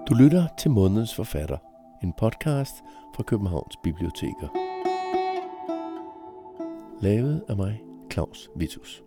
Du lytter til Månedens Forfatter, en podcast fra Københavns Biblioteker. Lavet af mig, Claus Vittus.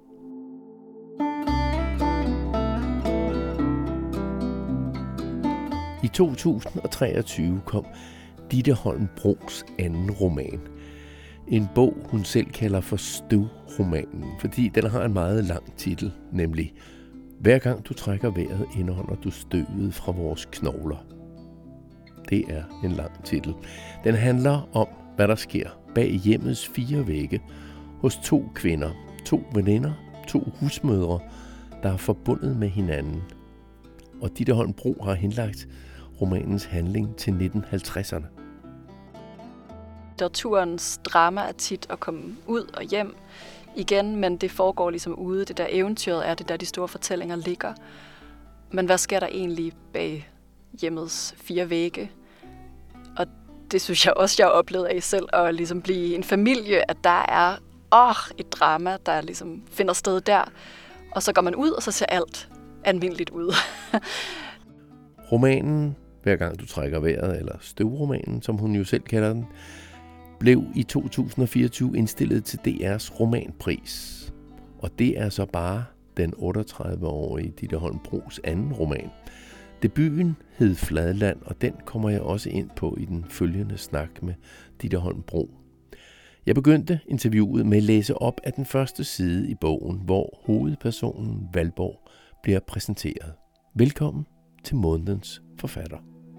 I 2023 kom Ditte Holm Bros anden roman. En bog, hun selv kalder for støvromanen, fordi den har en meget lang titel, nemlig Hver gang du trækker vejret, indånder du støvet fra vores knogler. Det er en lang titel. Den handler om, hvad der sker bag hjemmets 4 vægge hos 2 kvinder, 2 veninder, 2 husmødre, der er forbundet med hinanden. Og Ditte Holm Bro har henlagt romanens handling til 1950'erne. Litteraturens drama er tit at komme ud og hjem igen, men det foregår ligesom ude. Det der eventyret er det der, de store fortællinger ligger. Men hvad sker der egentlig bag hjemmets 4 vægge? Og det synes jeg også, jeg har oplevet af selv, at ligesom blive en familie, at der er et drama, der ligesom finder sted der. Og så går man ud, og så ser alt almindeligt ud. Romanen, Hver gang du trækker vejret, eller støvromanen, som hun jo selv kalder den, blev i 2024 indstillet til DR's romanpris. Og det er så bare den 38-årige Ditte Holm Bros anden roman. Debuten hed Fladland, og den kommer jeg også ind på i den følgende snak med Ditte Holm Bro. Jeg begyndte interviewet med at læse op af den første side i bogen, hvor hovedpersonen Valborg bliver præsenteret. Velkommen til Månedens Forfatter.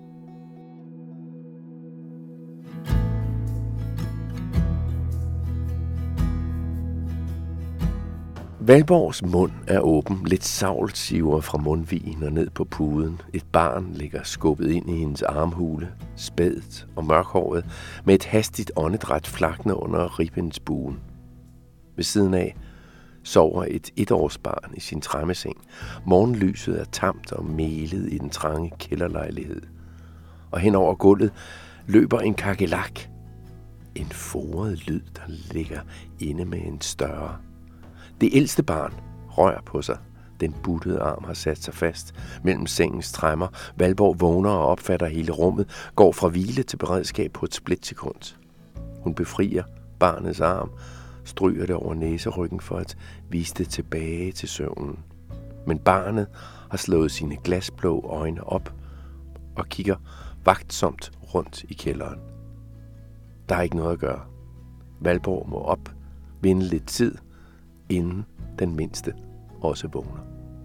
Valborgs mund er åben, lidt savl siver fra mundvigen og ned på puden. Et barn ligger skubbet ind i hendes armhule, spædt og mørkhåret, med et hastigt åndedræt flakne under ribbens buen. Ved siden af sover et 1-årsbarn i sin trammeseng. Morgenlyset er tamt og melet i den trange kælderlejlighed. Og hen over gulvet løber en kakelak. En foret lyd, der ligger inde med en større. Det ældste barn rører på sig. Den buttede arm har sat sig fast mellem sengens tremmer. Valborg vågner og opfatter hele rummet, går fra hvile til beredskab på et splitsekund. Hun befrier barnets arm, stryger det over næseryggen for at vise det tilbage til søvnen. Men barnet har slået sine glasblå øjne op og kigger vagtsomt rundt i kælderen. Der er ikke noget at gøre. Valborg må op, vinde lidt tid, inden den mindste også vågner.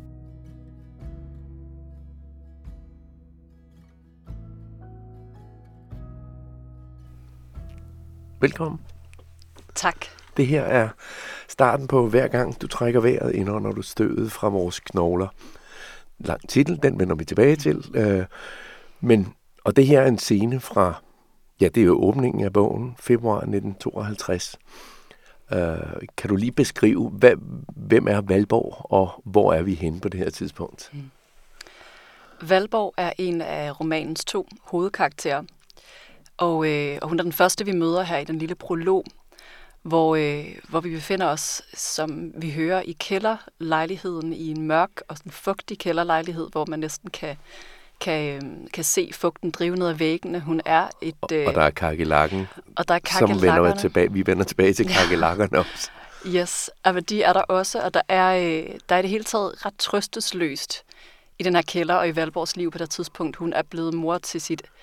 Velkommen. Tak. Det her er starten på Hver gang du trækker vejret, indånder du støvet fra vores knogler. Lang titel, den vender vi tilbage til. Og det her er en scene fra, det er jo åbningen af bogen, februar 1952. Kan du lige beskrive, hvem er Valborg, og hvor er vi henne på det her tidspunkt? Valborg er en af romanens 2 hovedkarakterer, og hun er den første, vi møder her i den lille prolog, hvor vi befinder os, som vi hører, i kælderlejligheden, i en mørk og sådan fugtig kælderlejlighed, hvor man næsten kan se fugten drive ned ad væggene. Hun er et... Og der er kakelakken, som vender tilbage. Vi vender tilbage til kakelakkerne også. Yes, og de er der også, og der er i det hele taget ret trøstesløst i den her kælder og i Valborgs liv på det tidspunkt. Hun er blevet mor til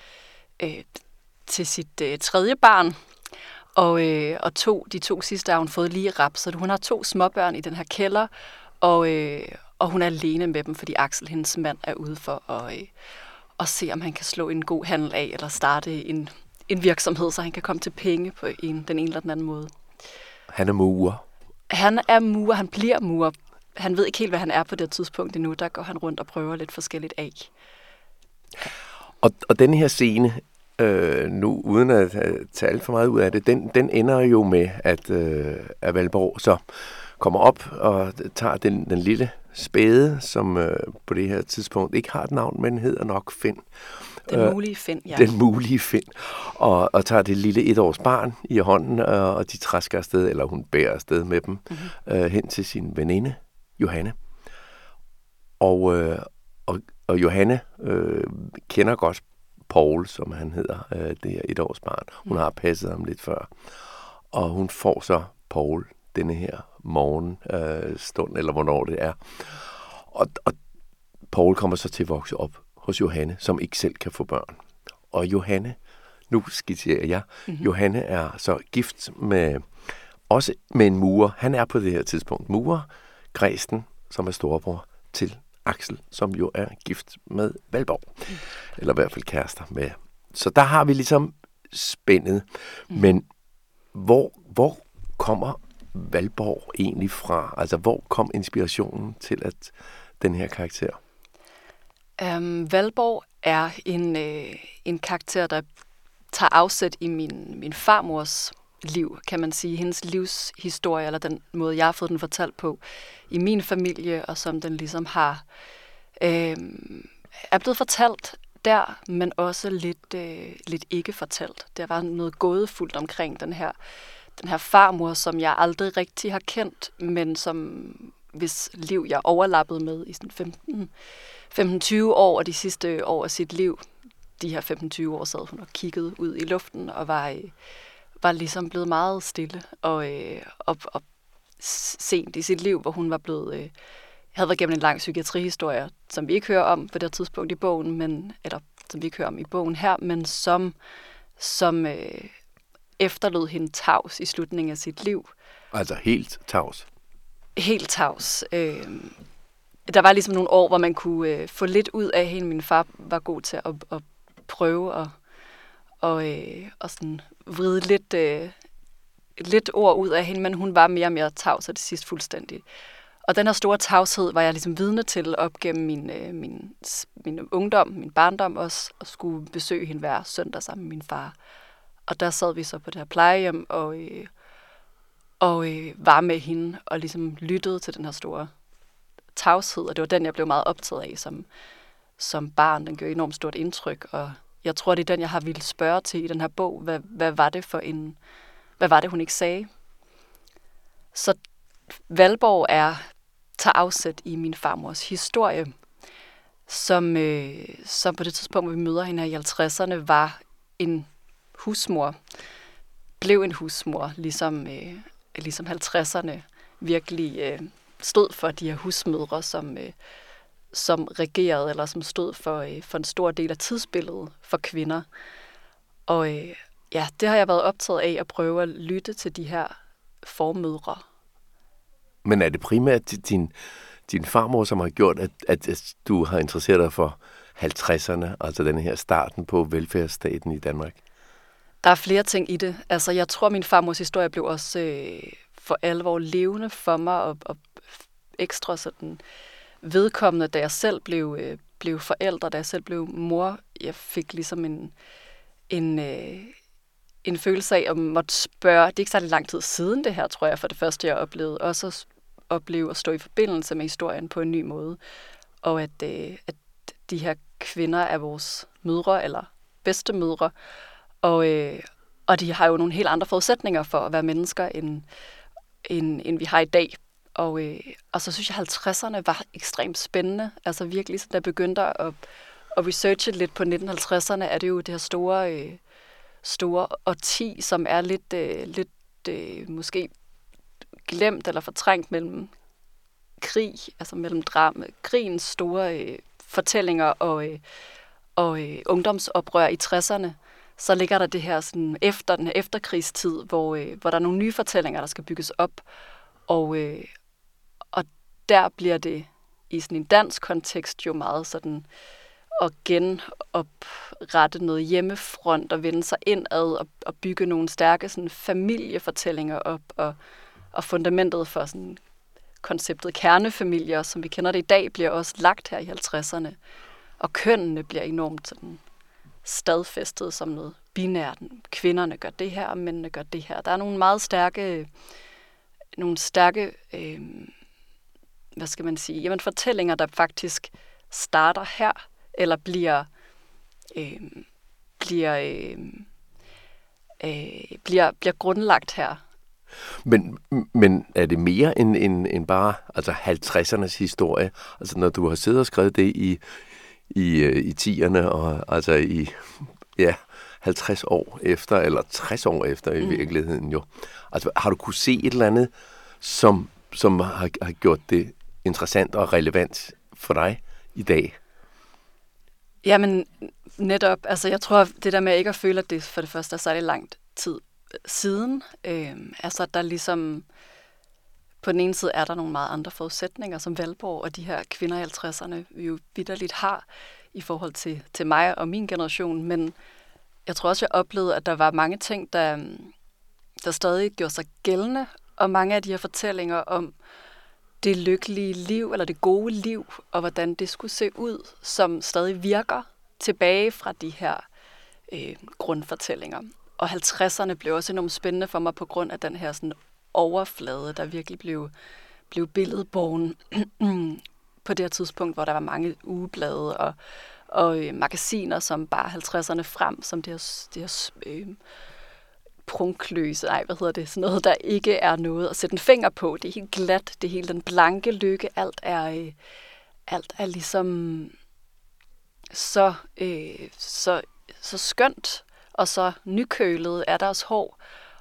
sit 3. barn, og de 2 sidste har hun fået lige rap, så hun har 2 småbørn i den her kælder, og hun er alene med dem, fordi Axel, hendes mand, er ude for at se, om han kan slå en god handel af, eller starte en virksomhed, så han kan komme til penge på den ene eller den anden måde. Han er murer. Han er murer, han bliver murer. Han ved ikke helt, hvad han er på det tidspunkt endnu. Der går han rundt og prøver lidt forskelligt af. Og denne her scene, nu uden at tage alt for meget ud af det, den ender jo med, at Valborg så kommer op og tager den lille spæde, som på det her tidspunkt ikke har et navn, men hedder nok Finn. Den mulige Finn, ja. Den mulige Finn. Og tager det lille 1-års barn i hånden, og de træsker afsted, eller hun bærer afsted med dem, hen til sin veninde, Johanne. Og og Johanne kender godt Paul, som han hedder, det her 1-årsbarn. Hun har passet ham lidt før. Og hun får så Paul denne her morgenstund, eller hvornår det er. Og Paul kommer så til at vokse op hos Johanne, som ikke selv kan få børn. Og Johanne, nu skitserer jeg, Johanne er så gift også med en murer. Han er på det her tidspunkt murer, Græsten, som er storebror til Axel, som jo er gift med Valborg. Eller i hvert fald kærester med. Så der har vi ligesom spændet. Men hvor kommer Valborg egentlig fra? Altså, hvor kom inspirationen til at den her karakter? Valborg er en karakter, der tager afsæt i min farmors liv, kan man sige. Hendes livshistorie, eller den måde, jeg har fået den fortalt på i min familie, og som den ligesom er blevet fortalt der, men også lidt ikke fortalt. Der var noget gådefuldt omkring den her farmor, som jeg aldrig rigtig har kendt, men hvis liv jeg overlappede med i sådan 15-20 år, og de sidste år af sit liv, de her 15-20 år sad hun og kiggede ud i luften, og var ligesom blevet meget stille, og sent i sit liv, hvor hun var blevet, havde været gennem en lang psykiatrihistorie, som vi ikke hører om på det tidspunkt i bogen, eller som vi ikke hører om i bogen her, men som efterlod hende tavs i slutningen af sit liv. Altså helt tavs? Helt tavs. Der var ligesom nogle år, hvor man kunne få lidt ud af hende. Min far var god til at prøve og sådan vride lidt ord ud af hende, men hun var mere og mere tavs, og det sidst fuldstændig. Og den her store tavshed var jeg ligesom vidne til op gennem min ungdom, min barndom også, og skulle besøge hende hver søndag sammen med min far. Og der sad vi så på det her plejehjem og var med hende og ligesom lyttede til den her store tavshed, og det var den, jeg blev meget optaget af som barn. Den gjorde enormt stort indtryk, og jeg tror, det er den, jeg har ville spørge til i den her bog. Hvad var det, hun ikke sagde? Så Valborg tager afsæt i min farmors historie, som på det tidspunkt, hvor vi møder hende her i 50'erne, var en husmor. Blev en husmor, ligesom 50'erne virkelig stod for, de her husmødre, som regerede, eller som stod for en stor del af tidsbilledet for kvinder. Og det har jeg været optaget af, at prøve at lytte til de her formødre. Men er det primært din farmor, som har gjort, at du har interesseret dig for 50'erne, altså den her starten på velfærdsstaten i Danmark? Der er flere ting i det. Altså, jeg tror, min farmors historie blev også for alvor levende for mig, og ekstra sådan vedkommende, da jeg selv blev forældre, da jeg selv blev mor. Jeg fik ligesom en følelse af at måtte spørge. Det er ikke særlig lang tid siden det her, tror jeg, for det første, jeg oplevede. Også at opleve at stå i forbindelse med historien på en ny måde. Og at de her kvinder er vores mødre, eller bedstemødre. Og de har jo nogle helt andre forudsætninger for at være mennesker, end vi har i dag. Og så synes jeg, at 50'erne var ekstremt spændende. Altså virkelig, så da jeg begyndte at researche lidt på 1950'erne, er det jo det her store årti, som er lidt måske glemt eller fortrængt mellem krig, altså mellem krigens store fortællinger og ungdomsoprør i 60'erne. Så ligger der det her sådan efter den her efterkrigstid, hvor der er nogle nye fortællinger, der skal bygges op. Og der bliver det i sådan en dansk kontekst jo meget sådan at genoprette noget hjemmefront og vende sig indad og bygge nogle stærke sådan familiefortællinger op, og fundamentet for sådan konceptet kernefamilier, som vi kender det i dag, bliver også lagt her i 50'erne. Og kønnene bliver enormt sådan stadfæstet som noget binært. Kvinderne gør det her, og mændene gør det her. Der er nogle meget stærke hvad skal man sige, jamen fortællinger, der faktisk starter her, eller bliver grundlagt her. Men er det mere end bare altså 50'ernes historie? Altså når du har siddet og skrevet det i 10'erne og altså i 50 år efter, eller 60 år efter i virkeligheden jo. Altså har du kunne se et eller andet, som har gjort det interessant og relevant for dig i dag? Jamen, netop. Altså, jeg tror, det der med ikke at føle, at det for det første er særlig langt tid siden. Altså, der ligesom... På den ene side er der nogle meget andre forudsætninger, som Valborg og de her kvinder i 50'erne vi jo vitterligt har i forhold til mig og min generation. Men jeg tror også, jeg oplevede, at der var mange ting, der stadig gjorde sig gældende. Og mange af de her fortællinger om det lykkelige liv, eller det gode liv, og hvordan det skulle se ud, som stadig virker tilbage fra de her grundfortællinger. Og 50'erne blev også enormt spændende for mig på grund af den her sådan, overflade, der virkelig blev billedbogen på det her tidspunkt, hvor der var mange ugeblade og magasiner, som bare 50'erne frem, som det her prunkløse, sådan noget, der ikke er noget at sætte en finger på. Det er helt glat, det er helt den blanke lykke, alt er ligesom så skønt, og så nykølet er deres hår,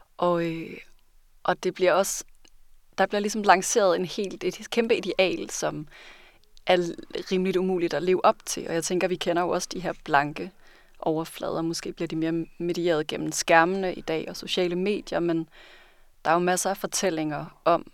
og det bliver også, der bliver ligesom lanceret et kæmpe ideal, som er rimeligt umuligt at leve op til, og jeg tænker, vi kender jo også de her blanke overflader. Måske bliver de mere medieret gennem skærmene i dag og sociale medier, men der er jo masser af fortællinger om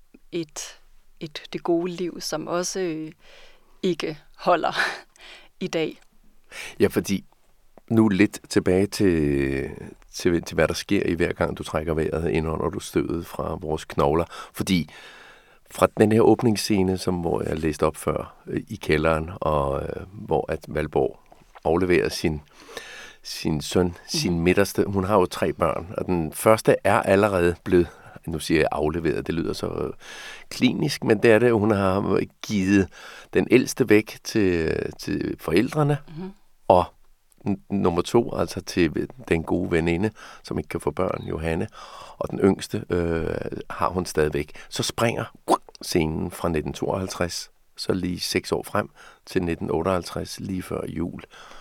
det gode liv, som også ikke holder i dag. Ja, fordi nu lidt tilbage til hvad der sker i hver gang, du trækker vejret ind under du støvet fra vores knogler. Fordi fra den her åbningsscene, hvor jeg læste op før i kælderen, og hvor at Valborg afleverer sin søn, sin midterste. Hun har jo 3 børn, og den første er allerede blevet, nu siger jeg afleveret, det lyder så klinisk, men det er det, hun har givet den ældste væk til forældrene, og nummer 2, altså til den gode veninde, som ikke kan få børn, Johanne, og den yngste har hun stadigvæk. Så springer scenen fra 1952, så lige 6 år frem til 1958, lige før jul,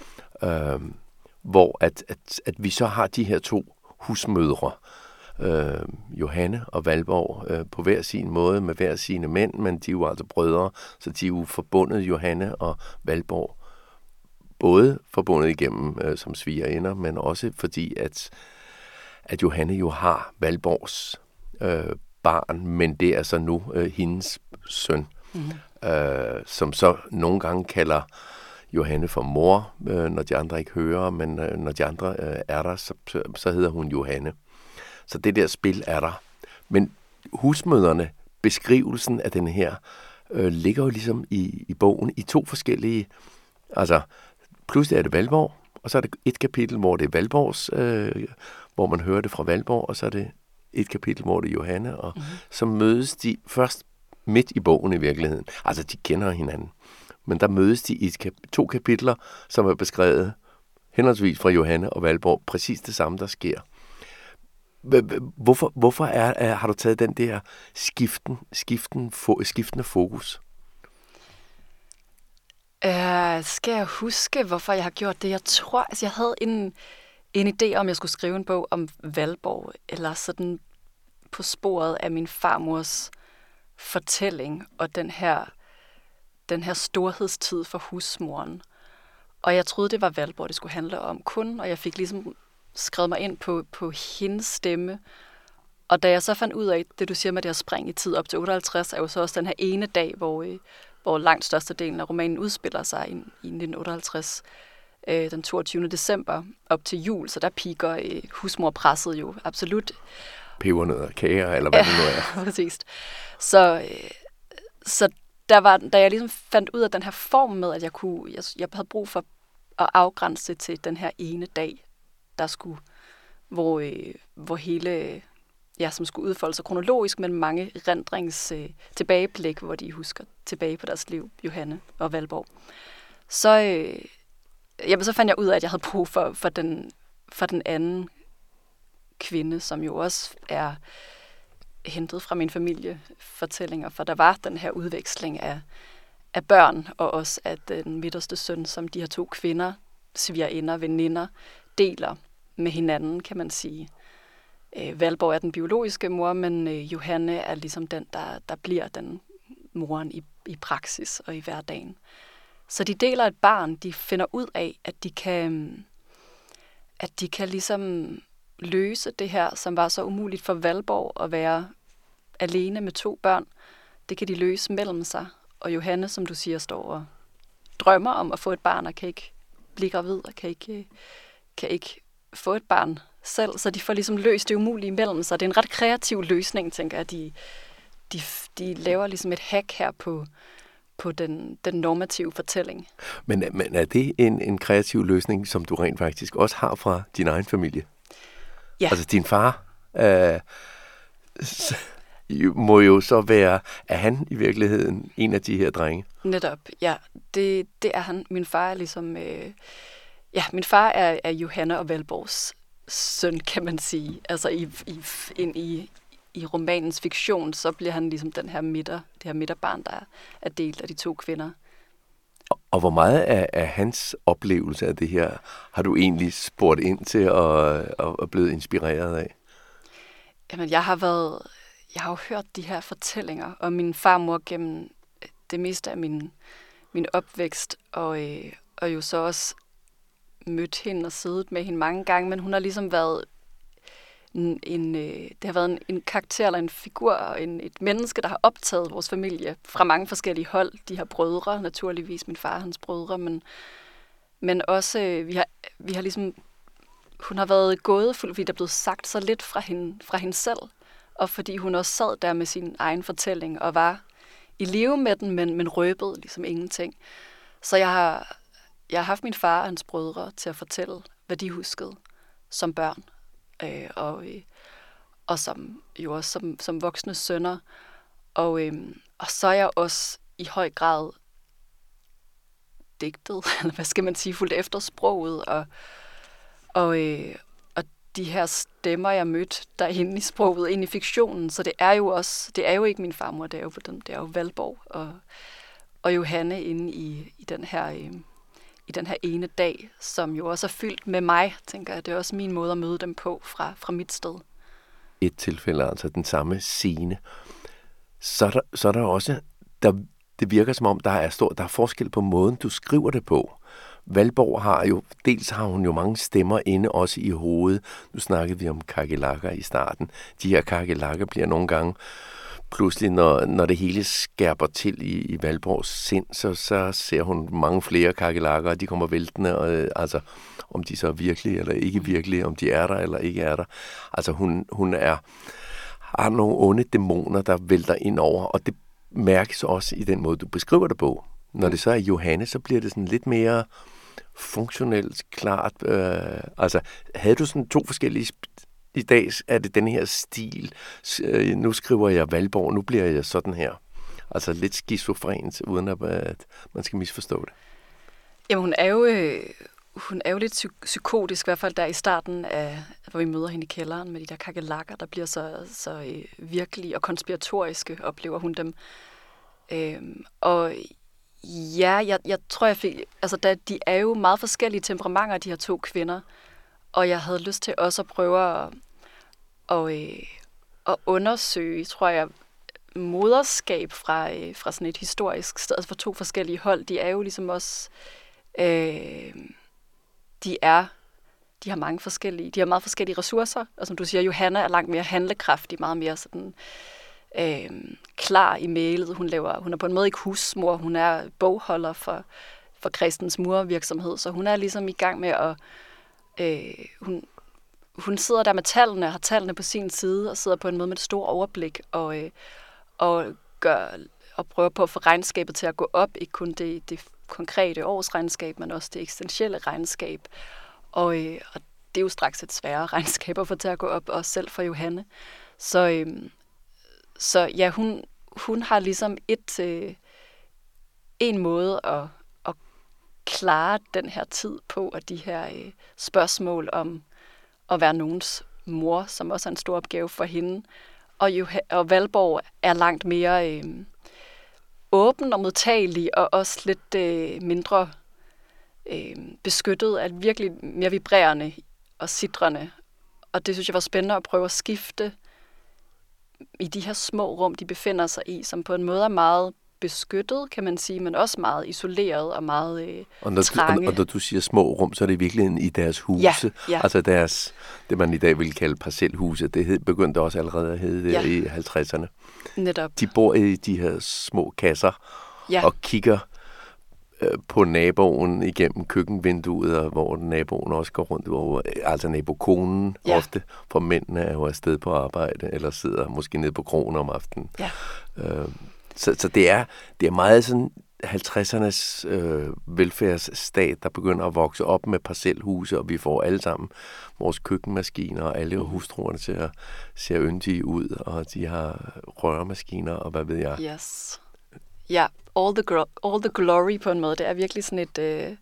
hvor at vi så har de her 2 husmødre, Johanne og Valborg, på hver sin måde, med hver sine mænd, men de er jo altså brødre, så de er jo forbundet, Johanne og Valborg, både forbundet igennem som svigerinder, men også fordi, at Johanne jo har Valborgs barn, men det er så nu hendes søn, som så nogle gange kalder Johanne for mor, når de andre ikke hører, men når de andre er der, så hedder hun Johanne. Så det der spil er der. Men husmødrene, beskrivelsen af den her, ligger jo ligesom i bogen i 2 forskellige, altså pludselig er det Valborg, og så er det et kapitel, hvor det er Valborgs, hvor man hører det fra Valborg, og så er det et kapitel, hvor det er Johanne, og så mødes de først midt i bogen i virkeligheden. Altså, de kender hinanden. Men der mødes de i 2 kapitler, som er beskrevet henholdsvis fra Johanne og Valborg. Præcis det samme, der sker. Hvorfor har du taget den der skiftende fokus? Skal jeg huske, hvorfor jeg har gjort det? Jeg tror, jeg havde en idé om, jeg skulle skrive en bog om Valborg, eller sådan på sporet af min farmors fortælling, og den her storhedstid for husmoren. Og jeg troede, det var Valborg, det skulle handle om kun, og jeg fik ligesom skrevet mig ind på hendes stemme. Og da jeg så fandt ud af, det du siger med det her spring i tid op til 58, er jo så også den her ene dag, hvor langt størstedelen af romanen udspiller sig i 1958, den 22. december op til jul, så der piker husmorpresset jo absolut. Pebernødder, kager, eller hvad det nu er. Ja, præcis. Så der var, da jeg ligesom fandt ud af den her form med, at jeg havde brug for at afgrænse til den her ene dag, der skulle, hvor hele, som skulle udfolde sig kronologisk, men mange tilbageblik, hvor de husker tilbage på deres liv, Johanne og Valborg. Så fandt jeg ud af, at jeg havde brug for den anden kvinde, som jo også er hentet fra min familiefortællinger, for der var den her udveksling af børn, og også af den midterste søn, som de her 2 kvinder, svigerinder, veninder, deler med hinanden, kan man sige. Valborg er den biologiske mor, men Johanne er ligesom den, der bliver den moren i praksis og i hverdagen. Så de deler et barn, de finder ud af, at de kan ligesom løse det her, som var så umuligt for Valborg at være alene med 2 børn. Det kan de løse mellem sig. Og Johanne, som du siger, står og drømmer om at få et barn, og kan ikke blive gravid, og kan ikke få et barn selv. Så de får ligesom løst det umulige mellem sig. Det er en ret kreativ løsning, tænker jeg. De laver ligesom et hack her på den normative fortælling. Men er det en kreativ løsning, som du rent faktisk også har fra din egen familie? Ja. Altså din far må jo så være, er han i virkeligheden en af de her drenge? Netop, ja. Det er han. Min far er ligesom... min far er Johanne og Valborgs søn, kan man sige. Altså i romanens fiktion, så bliver han ligesom det her midterbarn, der er delt af de 2 kvinder. Og hvor meget af hans oplevelse af det her har du egentlig spurgt ind til og blevet inspireret af? Jamen, jeg har jo hørt de her fortællinger om min farmor gennem det meste af min opvækst, og jo så også mødt hende og siddet med hende mange gange, men hun har ligesom været det har været en karakter eller en figur og et menneske, der har optaget vores familie fra mange forskellige hold. De har brødre, naturligvis min far og hans brødre, men også vi har ligesom, hun har været gådefuld, fordi der er blevet sagt så lidt fra hende selv, og fordi hun også sad der med sin egen fortælling og var i live med den, men røbede ligesom ingenting. Så jeg har haft min far og hans brødre til at fortælle, hvad de huskede som børn. Og som jo også som voksne sønner. Og så er jeg også i høj grad digtet, eller hvad skal man sige, fulgt efter sproget, og de her stemmer, jeg mødte derinde i sproget, ind i fiktionen. Så det er jo ikke min farmor, det er jo Valborg og Johanne inde i den her ene dag, som jo også er fyldt med mig, tænker jeg. Det er også min måde at møde dem på fra mit sted. Et tilfælde, altså den samme scene. Så er der også, det virker som om, der er forskel på måden, du skriver det på. Valborg har hun jo mange stemmer inde også i hovedet. Nu snakkede vi om kakelakker i starten. De her kakelakker bliver nogle gange pludselig, når det hele skærper til i Valborgs sind, så ser hun mange flere kakelakker, og de kommer væltende, og altså om de så er virkelige eller ikke virkelige, om de er der eller ikke er der. Altså hun har nogle onde dæmoner, der vælter ind over, og det mærkes også i den måde, du beskriver det på. Når det så er Johanne, så bliver det sådan lidt mere funktionelt klart. Altså, havde du sådan 2 forskellige... I dag er det den her stil. Nu skriver jeg Valborg, nu bliver jeg sådan her. Altså lidt skizofrent, uden at man skal misforstå det. Jamen, hun er jo lidt psykotisk, i hvert fald der i starten af, hvor vi møder hende i kælderen med de der kakelakker, der bliver så virkelige og konspiratoriske, oplever hun dem. Og ja, jeg tror, jeg fik... Altså, de er jo meget forskellige temperamenter, de her 2 kvinder. Og jeg havde lyst til også at prøve at undersøge, tror jeg, moderskab fra sådan et historisk sted, altså fra 2 forskellige hold. De er jo ligesom også... De har meget forskellige ressourcer, og som du siger, Johanna er langt mere handlekraftig, meget mere sådan klar i mailet. Hun er på en måde ikke husmor, hun er bogholder for Kristens murvirksomhed, så hun er ligesom i gang med at hun sidder der med tallene, har tallene på sin side, og sidder på en måde med et stort overblik, og prøver på at få regnskabet til at gå op, ikke kun det konkrete årsregnskab, men også det eksistentielle regnskab. Og det er jo straks et sværere regnskab at få til at gå op, også selv for Johanne. Så ja, hun har ligesom en måde at klare den her tid på, og de her spørgsmål om at være nogens mor, som også er en stor opgave for hende, Og Valborg er langt mere åben og modtagelig, og også lidt mindre beskyttet, er virkelig mere vibrerende og sidrende. Og det synes jeg var spændende at prøve at skifte i de her små rum, de befinder sig i, som på en måde er meget beskyttet, kan man sige, men også meget isoleret og meget trange. Og når du siger små rum, så er det virkelig i deres huse. Ja. Altså deres, det man i dag vil kalde parcelhuse. Det begyndte også allerede at hedde der i 50'erne. Netop. De bor i de her små kasser og kigger på naboen igennem køkkenvinduet, og hvor naboen også går rundt over, altså nabokonen ofte, for mændene er jo afsted på arbejde, eller sidder måske nede på krogen om aftenen. Ja. Så det er meget sådan 50'ernes velfærdsstat, der begynder at vokse op med parcelhuse, og vi får alle sammen vores køkkenmaskiner, og alle hustruerne ser yndige ud, og de har røremaskiner, og hvad ved jeg. Yes. Ja, all the glory på en måde. Det er virkelig sådan et, det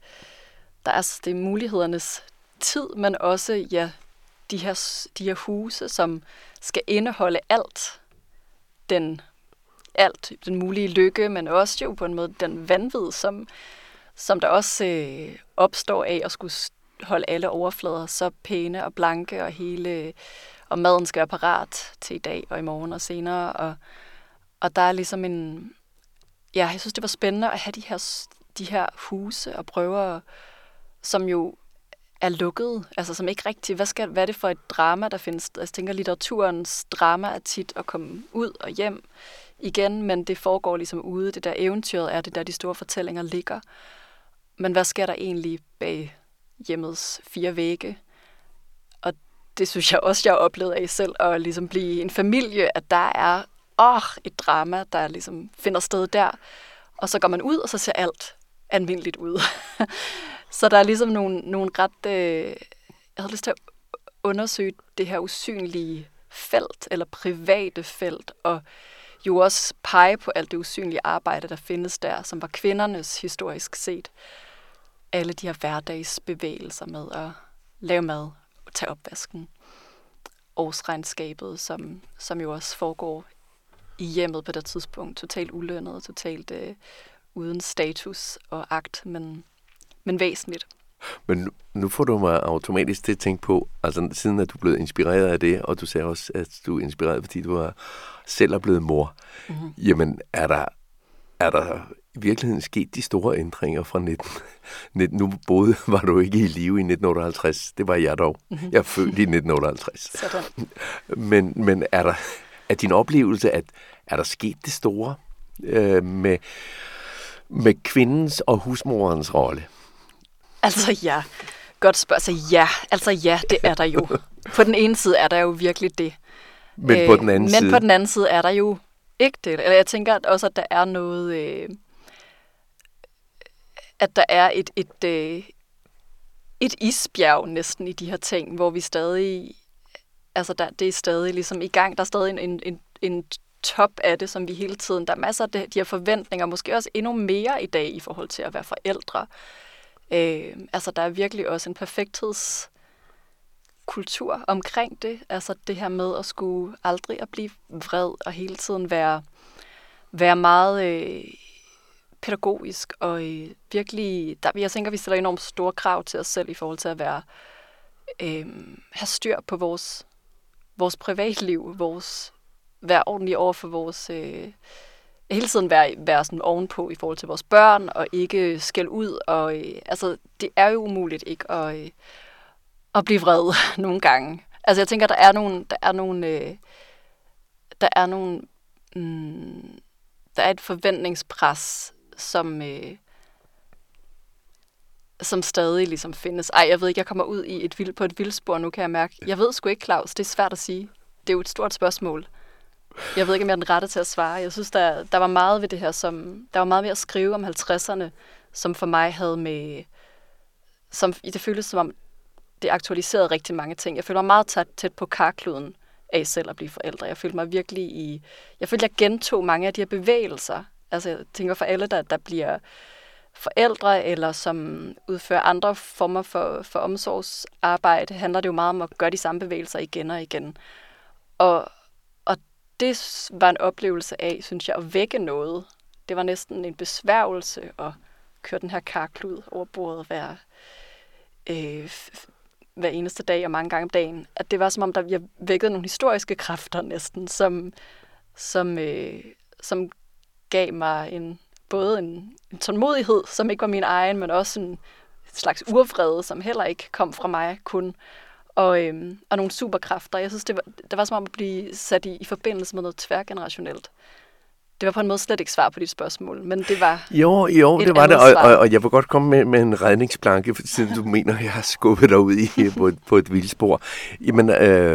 er mulighedernes tid, men også de her huse, som skal indeholde alt den mulige lykke, men også jo på en måde den vanvid, som der også opstår af at skulle holde alle overflader så pæne og blanke, og maden skal være parat til i dag og i morgen og senere, og der er ligesom jeg synes, det var spændende at have de her huse og prøve, som jo er lukket, altså som ikke rigtig, hvad er det for et drama, der findes? Jeg tænker, litteraturens drama er tit at komme ud og hjem igen, men det foregår ligesom ude. Det der eventyret er det der, de store fortællinger ligger. Men hvad sker der egentlig bag hjemmets 4 vægge? Og det synes jeg også, jeg har oplevet af selv, at ligesom blive en familie, at der er et drama, der ligesom finder sted der. Og så går man ud, og så ser alt almindeligt ud. Så der er ligesom nogle ret... jeg havde lyst til at undersøge det her usynlige felt, eller private felt, og jo også pege på alt det usynlige arbejde, der findes der, som var kvindernes historisk set. Alle de her hverdagsbevægelser med at lave mad, tage opvasken, årsregnskabet, som jo også foregår i hjemmet på det tidspunkt, totalt ulønnet, totalt uden status og agt, men væsentligt. Men nu får du mig automatisk til at tænke på, altså siden at du er blevet inspireret af det, og du sagde også, at du er inspireret, fordi du selv er blevet mor. Mm-hmm. Jamen, er der i virkeligheden sket de store ændringer fra 19... Nu var du ikke i live i 1958, det var jeg dog. Mm-hmm. Jeg er født i 1958. Sådan. Men er din oplevelse, at er der sket det store med kvindens og husmorens rolle? Altså ja, godt spørgsmål. Altså ja, det er der jo. På den ene side er der jo virkelig det. Men på den anden side er der jo ikke det. Eller jeg tænker også, at der er noget... at der er et isbjerg næsten i de her ting, hvor vi stadig... Altså det er stadig ligesom i gang. Der er stadig en top af det, som vi hele tiden... Der er masser af de her forventninger, måske også endnu mere i dag i forhold til at være forældre. Altså der er virkelig også en perfekthedskultur omkring det. Altså det her med at skulle aldrig at blive vred og hele tiden være meget pædagogisk og virkelig... Jeg tænker, vi stiller enormt store krav til os selv i forhold til at have styr på vores privatliv, være ordentlige over for vores... hele tiden være sådan ovenpå i forhold til vores børn, og ikke skælde ud. Og, altså, det er jo umuligt ikke at blive vred nogle gange. Altså, jeg tænker, der er et forventningspres, som stadig ligesom findes. Jeg ved ikke, jeg kommer ud på et vildspor nu, kan jeg mærke. Jeg ved sgu ikke, Claus, det er svært at sige. Det er jo et stort spørgsmål. Jeg ved ikke, om jeg er den rette til at svare. Jeg synes, der var meget ved det her, der var meget ved at skrive om 50'erne, som for mig havde med... det føltes som om, det aktualiserede rigtig mange ting. Jeg følte mig meget tæt på karkluden af selv at blive forældre. Jeg følte mig virkelig jeg gentog mange af de her bevægelser. Altså, jeg tænker for alle, der bliver forældre, eller som udfører andre former for omsorgsarbejde, handler det jo meget om at gøre de samme bevægelser igen og igen. Og det var en oplevelse af, synes jeg, at vække noget. Det var næsten en besværgelse at køre den her karklud over bordet hver eneste dag og mange gange om dagen. At det var som om, jeg vækkede nogle historiske kræfter næsten, som gav mig både en tålmodighed, som ikke var min egen, men også en slags urvrede, som heller ikke kom fra mig kun. Og nogle superkræfter. Jeg synes, det var som om at blive sat i forbindelse med noget tværgenerationelt. Det var på en måde slet ikke svar på dit spørgsmål, men det var Jo, det var det, og jeg vil godt komme med en redningsplanke, siden du mener, jeg har skubbet dig ud på et vildspor. Jamen,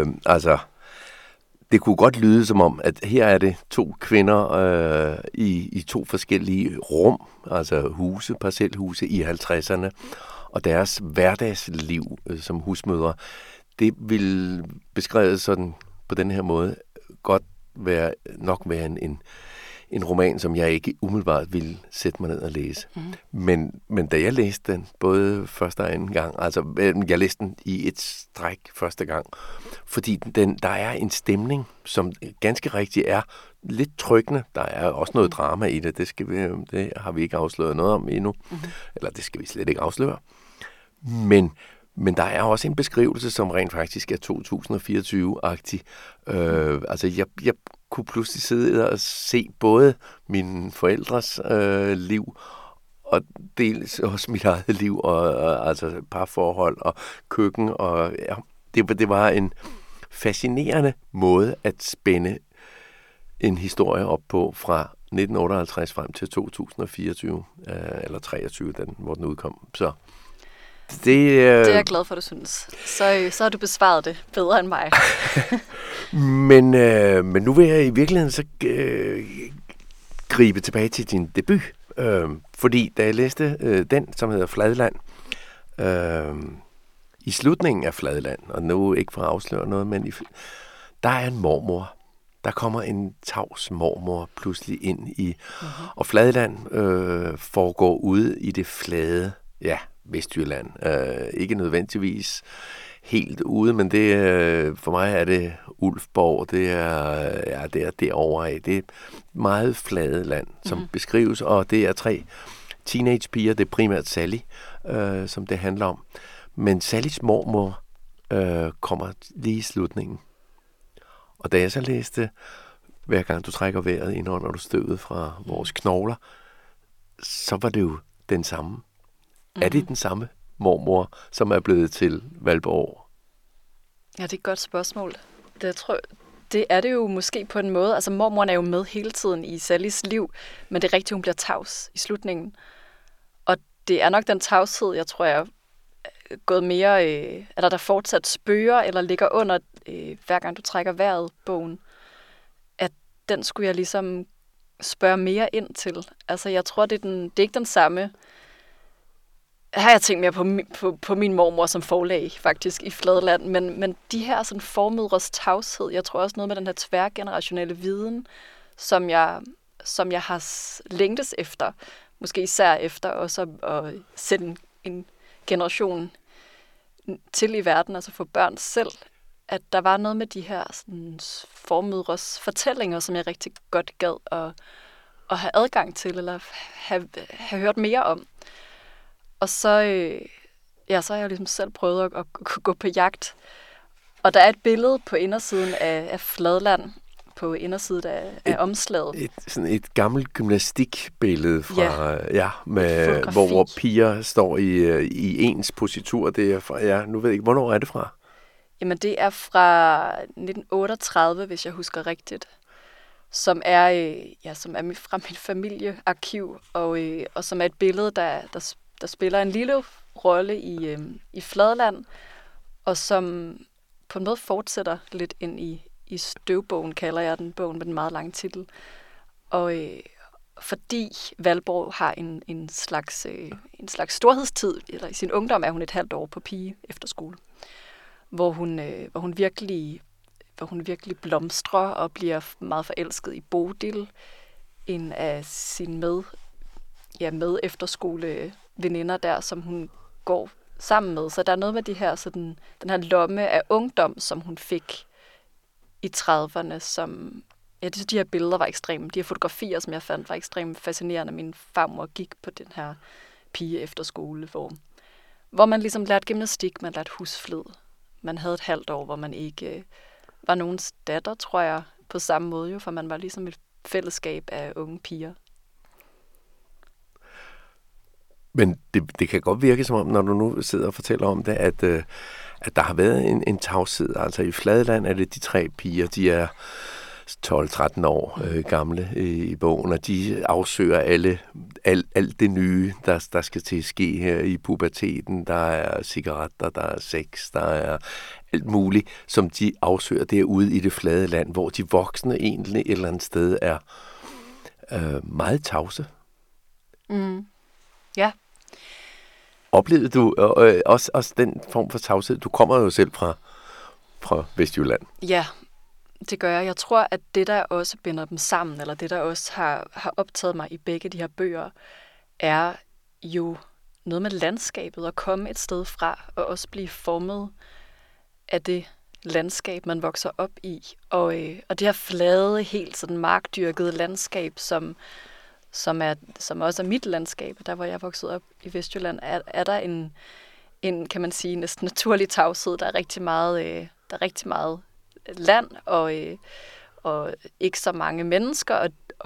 det kunne godt lyde som om, at her er det 2 kvinder i 2 forskellige rum, altså huse, parcelhuse i 50'erne, og deres hverdagsliv som husmødre, det vil beskrevet sådan på den her måde godt nok være en roman, som jeg ikke umiddelbart ville sætte mig ned og læse. Men da jeg læste den, både første og anden gang, altså jeg læste den i et stræk første gang, fordi der er en stemning, som ganske rigtigt er lidt trykkende. Der er også noget drama i det, det har vi ikke afsløret noget om endnu, eller det skal vi slet ikke afsløre. Men der er også en beskrivelse, som rent faktisk er 2024-agtig. Altså, jeg kunne pludselig sidde og se både mine forældres liv, og dels også mit eget liv, og altså parforhold og køkken. Og ja, det var en fascinerende måde at spænde en historie op på fra 1958 frem til 2024, eller 23, hvor den udkom. Så det er jeg glad for, du synes. Så har du besvaret det bedre end mig. men nu vil jeg i virkeligheden så gribe tilbage til din debut. Fordi da jeg læste den, som hedder Fladland, i slutningen af Fladland, og nu ikke for at afsløre noget, men der er en mormor. Der kommer en tavs mormor pludselig ind i, og Fladland foregår ude i det flade, Vestjylland. Ikke nødvendigvis helt ude, men det for mig er det Ulfborg, det er derovre af. Det er et meget flade land, som beskrives, og det er 3 teenagepiger, det er primært Sally, som det handler om. Men Sallys mormor kommer lige i slutningen. Og da jeg så læste, hver gang du trækker vejret ind under du støvet fra vores knogler, så var det jo den samme. Er det den samme mormor, som er blevet til Valborg? Ja, det er et godt spørgsmål. Det er det jo måske på en måde. Altså, mormoren er jo med hele tiden i Sallys liv, men det er rigtigt, hun bliver tavs i slutningen. Og det er nok den tavshed, jeg tror, jeg er gået mere... der fortsat spøger eller ligger under, hver gang du trækker vejret, bogen. At den skulle jeg ligesom spørge mere ind til. Altså, jeg tror, det er ikke den samme... Her har jeg tænkt mere på min mormor som forlag, faktisk, i Fladland. Men de her sådan formødres tavshed, jeg tror også noget med den her tværgenerationelle viden, som jeg har længtes efter. Måske især efter også at sætte en generation til i verden, altså for børn selv. At der var noget med de her sådan, formødres fortællinger, som jeg rigtig godt gad at have adgang til, eller have hørt mere om. Og så har jeg ligesom selv prøvet at gå på jagt. Og der er et billede på indersiden af Fladland, på indersiden af omslaget. Sådan et gammelt gymnastikbillede fra, hvor piger står i ens positur. Det er fra, nu ved jeg ikke, hvornår er det fra? Jamen, det er fra 1938, hvis jeg husker rigtigt. Som er fra mit familiearkiv, og som er et billede, der spiller en lille rolle i Fladland, og som på en måde fortsætter lidt ind i støvbogen, kalder jeg den, bogen med den meget lange titel. Og fordi Valborg har en slags storhedstid, eller i sin ungdom er hun et halvt år på pige efterskole, hvor hun virkelig blomstrer og bliver meget forelsket i Bodil, en af sine med efterskole veninder der, som hun går sammen med. Så der er noget med den her lomme af ungdom, som hun fik i 30'erne, de her billeder var ekstremt. De her fotografier, som jeg fandt, var ekstremt fascinerende. Min farmor gik på den her pige efterskole, hvor man ligesom lærte gymnastik, man lærte husflid. Man havde et halvt år, hvor man ikke var nogens datter, tror jeg, på samme måde jo, for man var ligesom et fællesskab af unge piger. Men det kan godt virke som om, når du nu sidder og fortæller om det, at der har været en tavshed. Altså i Fladeland er det de 3 piger, de er 12-13 år gamle i bogen, og de afsøger alt det nye, der skal til at ske her i puberteten. Der er cigaretter, der er sex, der er alt muligt, som de afsøger derude i det flade land, hvor de voksne egentlig et eller andet sted er meget tavse. Mm. Ja. Oplevede du også den form for tavshed? Du kommer jo selv fra Vestjylland. Ja, det gør jeg. Jeg tror, at det, der også binder dem sammen, eller det, der også har optaget mig i begge de her bøger, er jo noget med landskabet, at komme et sted fra, og også blive formet af det landskab, man vokser op i. Og det her flade, helt sådan markdyrkede landskab, som også er mit landskab, der hvor jeg voksede op i Vestjylland, er der en kan man sige, næsten naturlig tavshed. Der er rigtig meget land, og ikke så mange mennesker,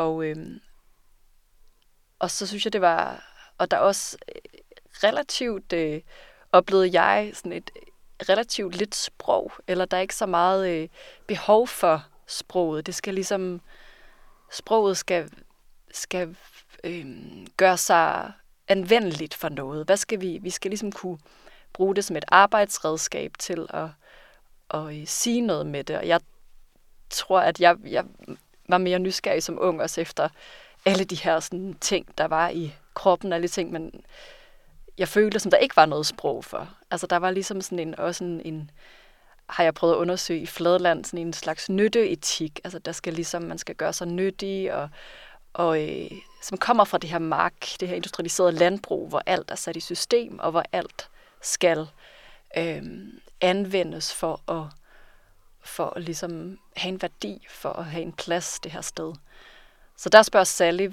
og så synes jeg, det var, og der er også relativt, oplevede jeg sådan et relativt lidt sprog, eller der er ikke så meget behov for sproget. Det skal ligesom, sproget skal gøre sig anvendeligt for noget. Hvad skal vi skal ligesom kunne bruge det som et arbejdsredskab til at sige noget med det. Og jeg tror, at jeg var mere nysgerrig som ung, også efter alle de her sådan, ting, der var i kroppen, alle ting, men jeg følte, som der ikke var noget sprog for. Altså, der var ligesom sådan har jeg prøvet at undersøge i Fladeland, sådan en slags nytteetik. Altså, der skal ligesom, man skal gøre sig nyttig, og som kommer fra det her industrialiserede landbrug, hvor alt er sat i system, og hvor alt skal anvendes for at ligesom have en værdi, for at have en plads det her sted. Så der spørger Sally,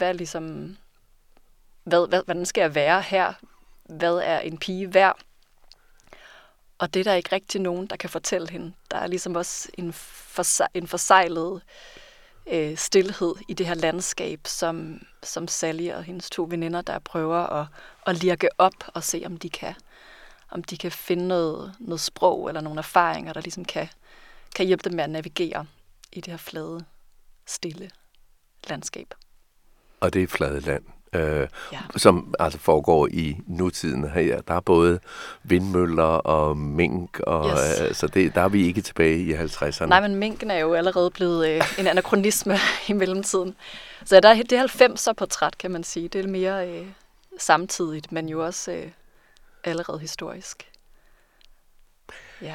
hvordan skal jeg være her? Hvad er en pige værd? Og det er der ikke rigtig nogen, der kan fortælle hende. Der er ligesom også en forsejlet stilhed i det her landskab, som Sally og hendes 2 veninder, der prøver at lirke op og se, om de kan finde noget sprog eller nogle erfaringer, der ligesom kan hjælpe dem med at navigere i det her flade, stille landskab. Og det er Fladeland, som altså foregår i nutiden her. Der er både vindmøller og mink, og yes. Så der er vi ikke tilbage i 50'erne. Nej, men minken er jo allerede blevet en anakronisme i mellemtiden. Så det er 90'er portræt, kan man sige. Det er mere samtidigt, men jo også allerede historisk. Ja.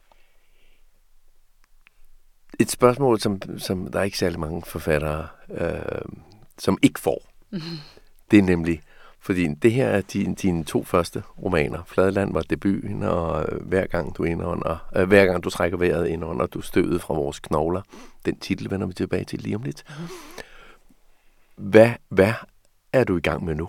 Et spørgsmål, som der er ikke særlig mange forfattere, som ikke får. Mm-hmm. Det er nemlig, fordi det her er dine 2 første romaner. Fladeland var debuten, og hver gang du trækker vejret indånder, du støvet fra vores knogler. Den titel vender vi tilbage til lige om lidt. Mm-hmm. Hvad er du i gang med nu?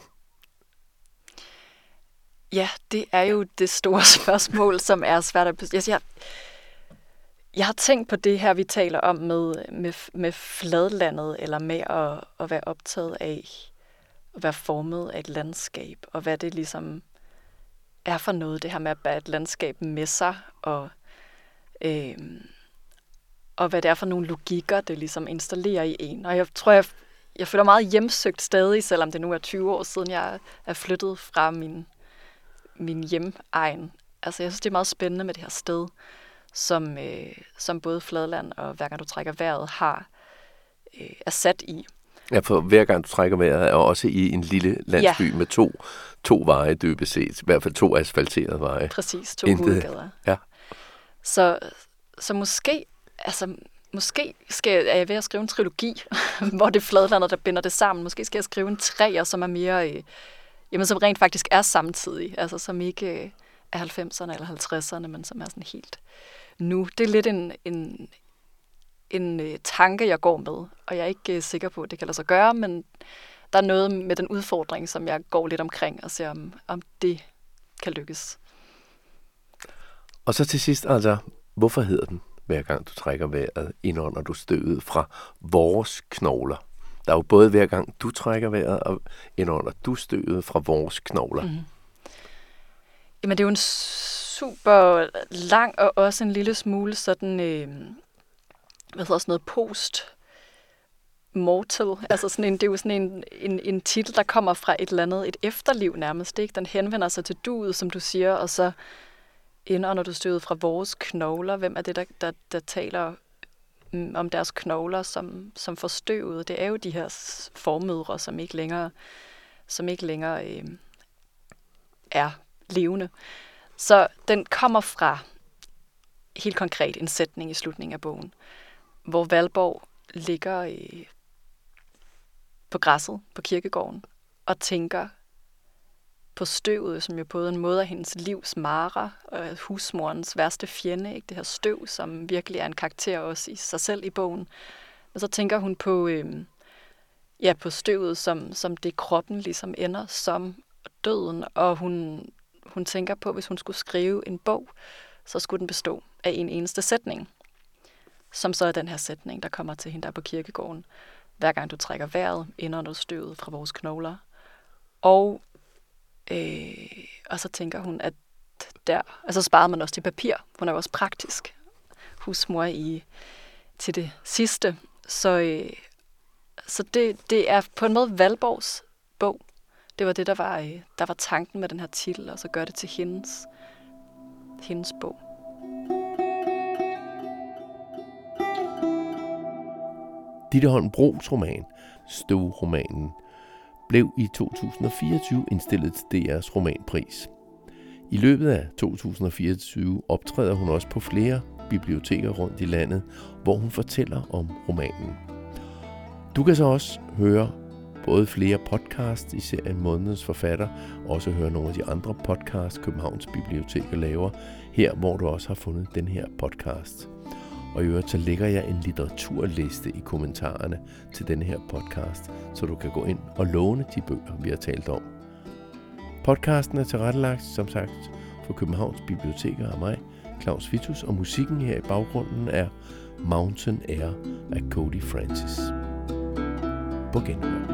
Ja, det er jo det store spørgsmål, som er svært at besvare. Jeg har tænkt på det her, vi taler om med fladlandet, eller med at være optaget af at være formet af et landskab, og hvad det ligesom er for noget, det her med at bære et landskab med sig, og hvad det er for nogle logikker, det ligesom installerer i en. Og jeg tror, jeg føler meget hjemsøgt stadig, selvom det nu er 20 år siden, jeg er flyttet fra min hjemegn. Altså, jeg synes, det er meget spændende med det her sted, som både Fladeland og Hver gang du trækker vejret er sat i. Ja, for Hver gang du trækker vejret er også i en lille landsby med to veje dybest set. I hvert fald 2 asfalterede veje. Præcis, 2 hovedgader. Ja. Så måske er jeg ved at skrive en trilogi, hvor det er Fladelandet, der binder det sammen. Måske skal jeg skrive en 3'er, som er mere, som rent faktisk er samtidig. Altså som ikke er 90'erne eller 50'erne, men som er sådan helt nu. Det er lidt en tanke, jeg går med, og jeg er ikke sikker på, at det kan lade sig gøre, men der er noget med den udfordring, som jeg går lidt omkring og ser, om det kan lykkes. Og så til sidst, altså, hvorfor hedder den, hver gang du trækker vejret, indånder du støvet fra vores knogler? Der er jo både hver gang du trækker vejret, og indånder du støvet fra vores knogler. Mm. Jamen, det er jo en super lang og også en lille smule sådan, post-mortal. Altså sådan det er jo sådan en titel, der kommer fra et eller andet, et efterliv nærmest, ikke? Den henvender sig til duet, som du siger, og så indånder du støvet fra vores knogler. Hvem er det, der taler om deres knogler som forstøvet? Det er jo de her formødre, som ikke længere er levende. Så den kommer fra helt konkret en sætning i slutningen af bogen, hvor Valborg ligger på græsset på kirkegården og tænker på støvet, som jo både en måde af hendes livs mare og husmorens værste fjende, ikke? Det her støv, som virkelig er en karakter også i sig selv i bogen. Og så tænker hun på støvet, som det kroppen ligesom ender som døden, og hun tænker på, hvis hun skulle skrive en bog, så skulle den bestå af en eneste sætning, som så er den her sætning, der kommer til hende der på kirkegården. Hver gang du trækker vejret, indånder du støvet fra vores knogler. Og så tænker hun, at så sparede man også til papir. Hun er jo også praktisk husmor til det sidste. Så det er på en måde Valborgs bog. Det var det, der var tanken med den her titel, og så gør det til hendes bog. Ditte Holm Bruhns roman, Støvromanen, blev i 2024 indstillet til DR's romanpris. I løbet af 2024 optræder hun også på flere biblioteker rundt i landet, hvor hun fortæller om romanen. Du kan så også høre både flere podcasts i serien Månedens Forfatter, og også høre nogle af de andre podcasts, Københavns Biblioteker laver, her hvor du også har fundet den her podcast. Og i øvrigt så lægger jeg en litteraturliste i kommentarerne til denne her podcast, så du kan gå ind og låne de bøger, vi har talt om. Podcasten er tilrettelagt, som sagt, for Københavns Biblioteker af mig, Claus Vitus, og musikken her i baggrunden er Mountain Air af Cody Francis. På genhør.